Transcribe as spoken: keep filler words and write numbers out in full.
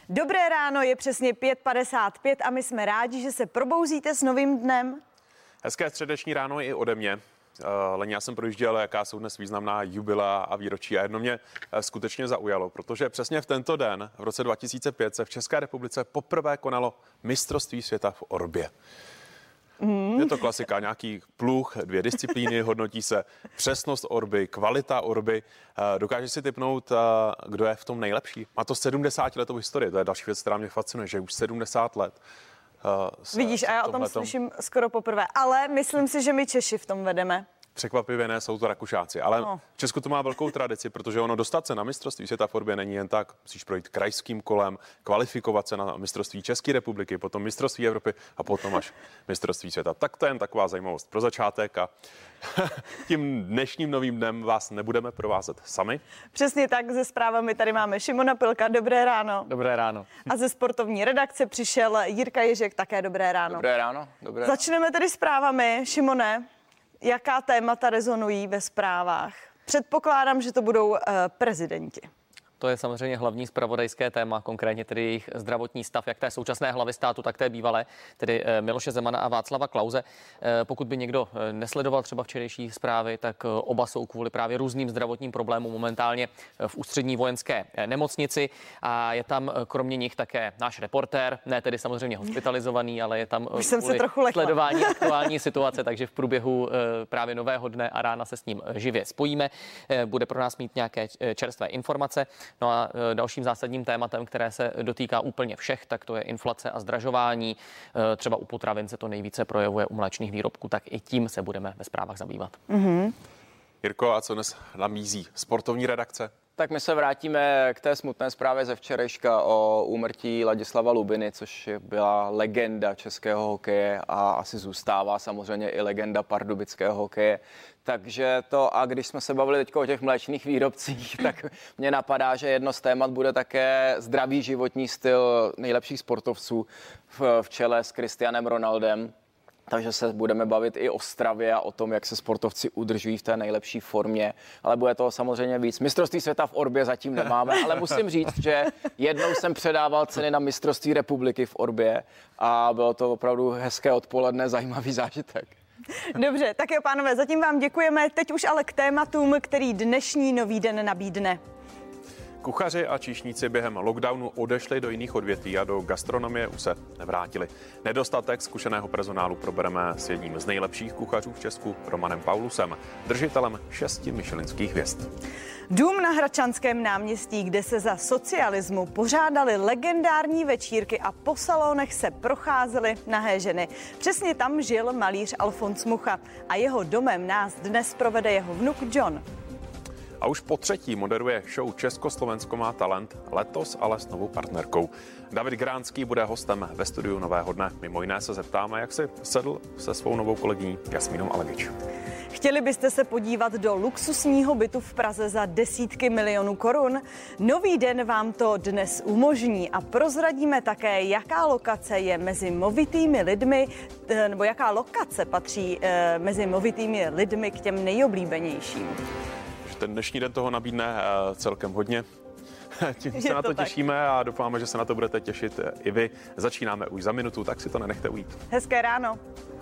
Dobré ráno, je přesně pět padesát pět a my jsme rádi, že se probouzíte s novým dnem. Hezké středeční ráno i ode mě. Leni, já jsem projížděl, jaká jsou dnes významná jubilea a výročí a jedno mě skutečně zaujalo, protože přesně v tento den, v roce dva tisíce pět, se v České republice poprvé konalo mistrovství světa v orbě. Mm. Je to klasika, nějaký pluh, dvě disciplíny, hodnotí se přesnost orby, kvalita orby. Dokážeš si tipnout, kdo je v tom nejlepší? Má to sedmdesátiletou historii, to je další věc, která mě fascinuje, že už sedmdesát let. Se, Vidíš, a já o tom slyším skoro poprvé, ale myslím si, že my Češi v tom vedeme. Překvapivě ne, jsou to Rakušáci, ale no. V Česku to má velkou tradici, protože ono dostat se na mistrovství světa v orbě není jen tak, musíš projít krajským kolem, kvalifikovat se na mistrovství České republiky, potom mistrovství Evropy a potom až mistrovství světa. Tak to je jen taková zajímavost pro začátek a tím dnešním novým dnem vás nebudeme provázet sami. Přesně tak, se zprávami tady máme Šimona Pilka, dobré ráno. Dobré ráno. A ze sportovní redakce přišel Jirka Ježek, také dobré ráno. Dobré ráno. Dobré Začneme tedy zprávami. Šimone, jaká témata rezonují ve zprávách? Předpokládám, že to budou uh, prezidenti. To je samozřejmě hlavní zpravodajské téma, konkrétně tedy jejich zdravotní stav, jak té současné hlavy státu, tak té bývalé, tedy Miloše Zemana a Václava Klause. Pokud by někdo nesledoval třeba včerejší zprávy, tak oba jsou kvůli právě různým zdravotním problémům momentálně v ústřední vojenské nemocnici a je tam kromě nich také náš reportér, ne tedy samozřejmě hospitalizovaný, ale je tam kvůli sledování aktuální situace, takže v průběhu právě nového dne a rána se s ním živě spojíme. Bude pro nás mít nějaké čerstvé informace. No a dalším zásadním tématem, které se dotýká úplně všech, tak to je inflace a zdražování. Třeba u potravin se to nejvíce projevuje, u mléčných výrobků, tak i tím se budeme ve zprávách zabývat. Mm-hmm. Jirko, a co dnes namízí sportovní redakce? Tak my se vrátíme k té smutné zprávě ze včerejška o úmrtí Ladislava Lubiny, což byla legenda českého hokeje a asi zůstává samozřejmě i legenda pardubického hokeje. Takže to, a když jsme se bavili teď o těch mléčných výrobcích, tak mě napadá, že jedno z témat bude také zdravý životní styl nejlepších sportovců v, v čele s Cristianem Ronaldem. Takže se budeme bavit i o stravě a o tom, jak se sportovci udržují v té nejlepší formě. Ale bude to samozřejmě víc. Mistrovství světa v orbě zatím nemáme, ale musím říct, že jednou jsem předával ceny na mistrovství republiky v orbě a bylo to opravdu hezké odpoledne, zajímavý zážitek. Dobře, tak jo, pánové, zatím vám děkujeme. Teď už ale k tématům, který dnešní nový den nabídne. Kuchaři a číšníci během lockdownu odešli do jiných odvětví a do gastronomie už se nevrátili. Nedostatek zkušeného personálu probereme s jedním z nejlepších kuchařů v Česku, Romanem Paulusem, držitelem šesti michelinských hvězd. Dům na Hradčanském náměstí, kde se za socialismu pořádaly legendární večírky a po salonech se procházely nahé ženy. Přesně tam žil malíř Alfons Mucha a jeho domem nás dnes provede jeho vnuk John. A už po třetí moderuje show Československo má talent, letos ale s novou partnerkou. David Gránský bude hostem ve studiu Nového dne. Mimo jiné se zeptáme, jak si sedl se svou novou kolegyní Jasmínou Alegič. Chtěli byste se podívat do luxusního bytu v Praze za desítky milionů korun? Nový den vám to dnes umožní a prozradíme také, jaká lokace je mezi movitými lidmi, nebo jaká lokace patří e, mezi movitými lidmi k těm nejoblíbenějším. Ten dnešní den toho nabídne uh, celkem hodně. Tím se na to, to těšíme a doufáme, že se na to budete těšit i vy. Začínáme už za minutu, tak si to nenechte ujít. Hezké ráno.